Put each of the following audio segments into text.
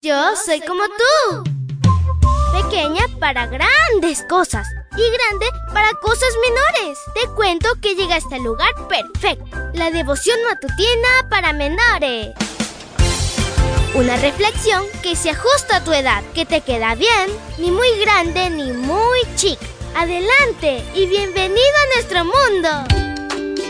Yo soy como tú. Pequeña para grandes cosas y grande para cosas menores. Te cuento que llegaste al lugar perfecto. La devoción matutina para menores. Una reflexión que se ajusta a tu edad, que te queda bien, ni muy grande ni muy chica. Adelante y bienvenido a nuestro mundo.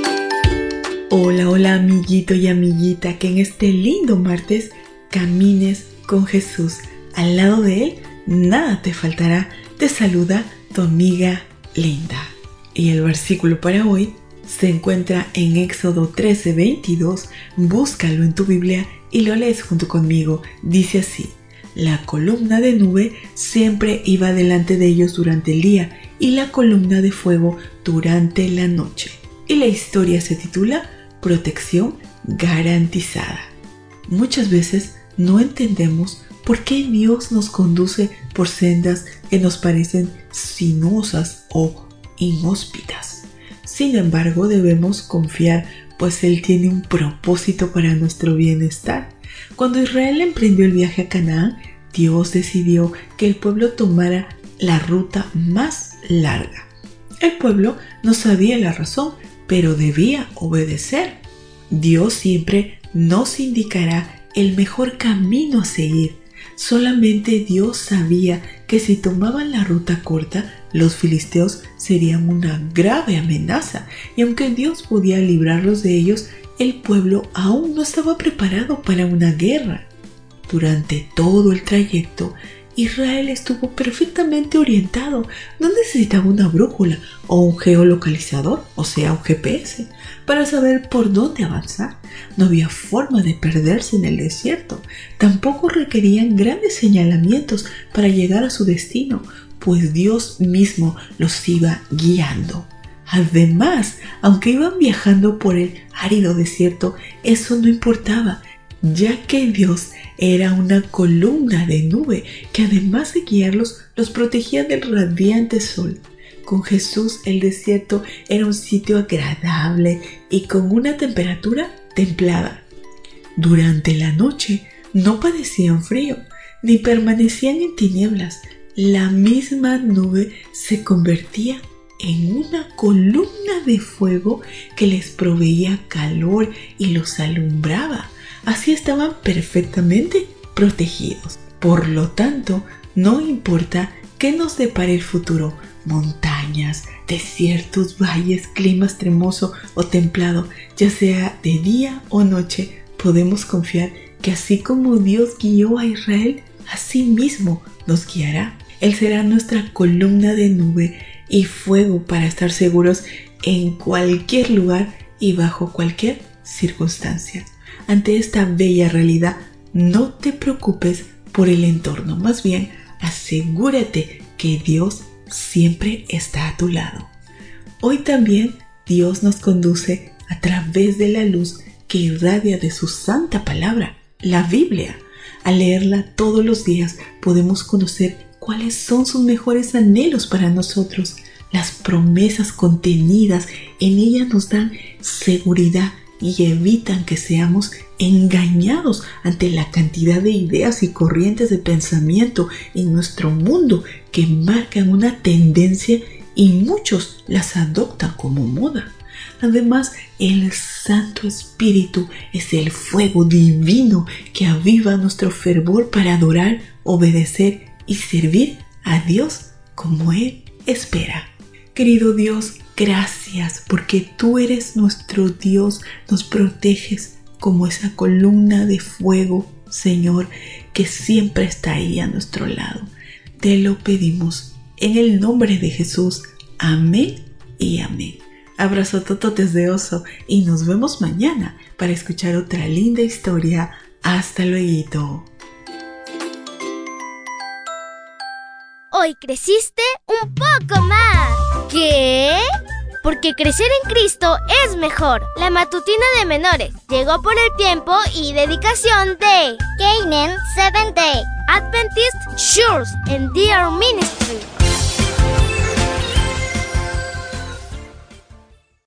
Hola, hola amiguito y amiguita, que en este lindo martes camines con Jesús. Al lado de Él nada te faltará. Te saluda tu amiga Linda. Y el versículo para hoy se encuentra en Éxodo 13:22. Búscalo en tu Biblia y lo lees junto conmigo. Dice así: la columna de nube siempre iba delante de ellos durante el día y la columna de fuego durante la noche. Y la historia se titula Protección garantizada. Muchas veces no entendemos por qué Dios nos conduce por sendas que nos parecen sinuosas o inhóspitas. Sin embargo, debemos confiar, pues Él tiene un propósito para nuestro bienestar. Cuando Israel emprendió el viaje a Canaán, Dios decidió que el pueblo tomara la ruta más larga. El pueblo no sabía la razón, pero debía obedecer. Dios siempre nos indicará el mejor camino a seguir. Solamente Dios sabía que si tomaban la ruta corta, los filisteos serían una grave amenaza, y aunque Dios podía librarlos de ellos, el pueblo aún no estaba preparado para una guerra. Durante todo el trayecto, Israel estuvo perfectamente orientado. No necesitaba una brújula o un geolocalizador, o sea, un GPS, para saber por dónde avanzar. No había forma de perderse en el desierto. Tampoco requerían grandes señalamientos para llegar a su destino, pues Dios mismo los iba guiando. Además, aunque iban viajando por el árido desierto, eso no importaba, ya que Dios era una columna de nube que, además de guiarlos, los protegía del radiante sol. Con Jesús el desierto era un sitio agradable y con una temperatura templada. Durante la noche no padecían frío ni permanecían en tinieblas. La misma nube se convertía en una columna de fuego que les proveía calor y los alumbraba. Así estaban perfectamente protegidos. Por lo tanto, no importa qué nos depare el futuro, montañas, desiertos, valles, clima extremoso o templado, ya sea de día o noche, podemos confiar que así como Dios guió a Israel, así mismo nos guiará. Él será nuestra columna de nube y fuego para estar seguros en cualquier lugar y bajo cualquier circunstancia. Ante esta bella realidad, no te preocupes por el entorno, más bien asegúrate que Dios siempre está a tu lado. Hoy también Dios nos conduce a través de la luz que irradia de su santa palabra, la Biblia. Al leerla todos los días podemos conocer cuáles son sus mejores anhelos para nosotros. Las promesas contenidas en ella nos dan seguridad y evitan que seamos engañados ante la cantidad de ideas y corrientes de pensamiento en nuestro mundo que marcan una tendencia y muchos las adoptan como moda. Además, el Santo Espíritu es el fuego divino que aviva nuestro fervor para adorar, obedecer y servir a Dios como Él espera. Querido Dios, gracias porque tú eres nuestro Dios, nos proteges como esa columna de fuego, Señor, que siempre está ahí a nuestro lado. Te lo pedimos en el nombre de Jesús. Amén y amén. Abrazo tototes de oso y nos vemos mañana para escuchar otra linda historia. Hasta luego. Hoy creciste un poco más. ¿Qué? Porque crecer en Cristo es mejor. La matutina de menores llegó por el tiempo y dedicación de Canaan Seventh Day Adventist Church and Their Ministry.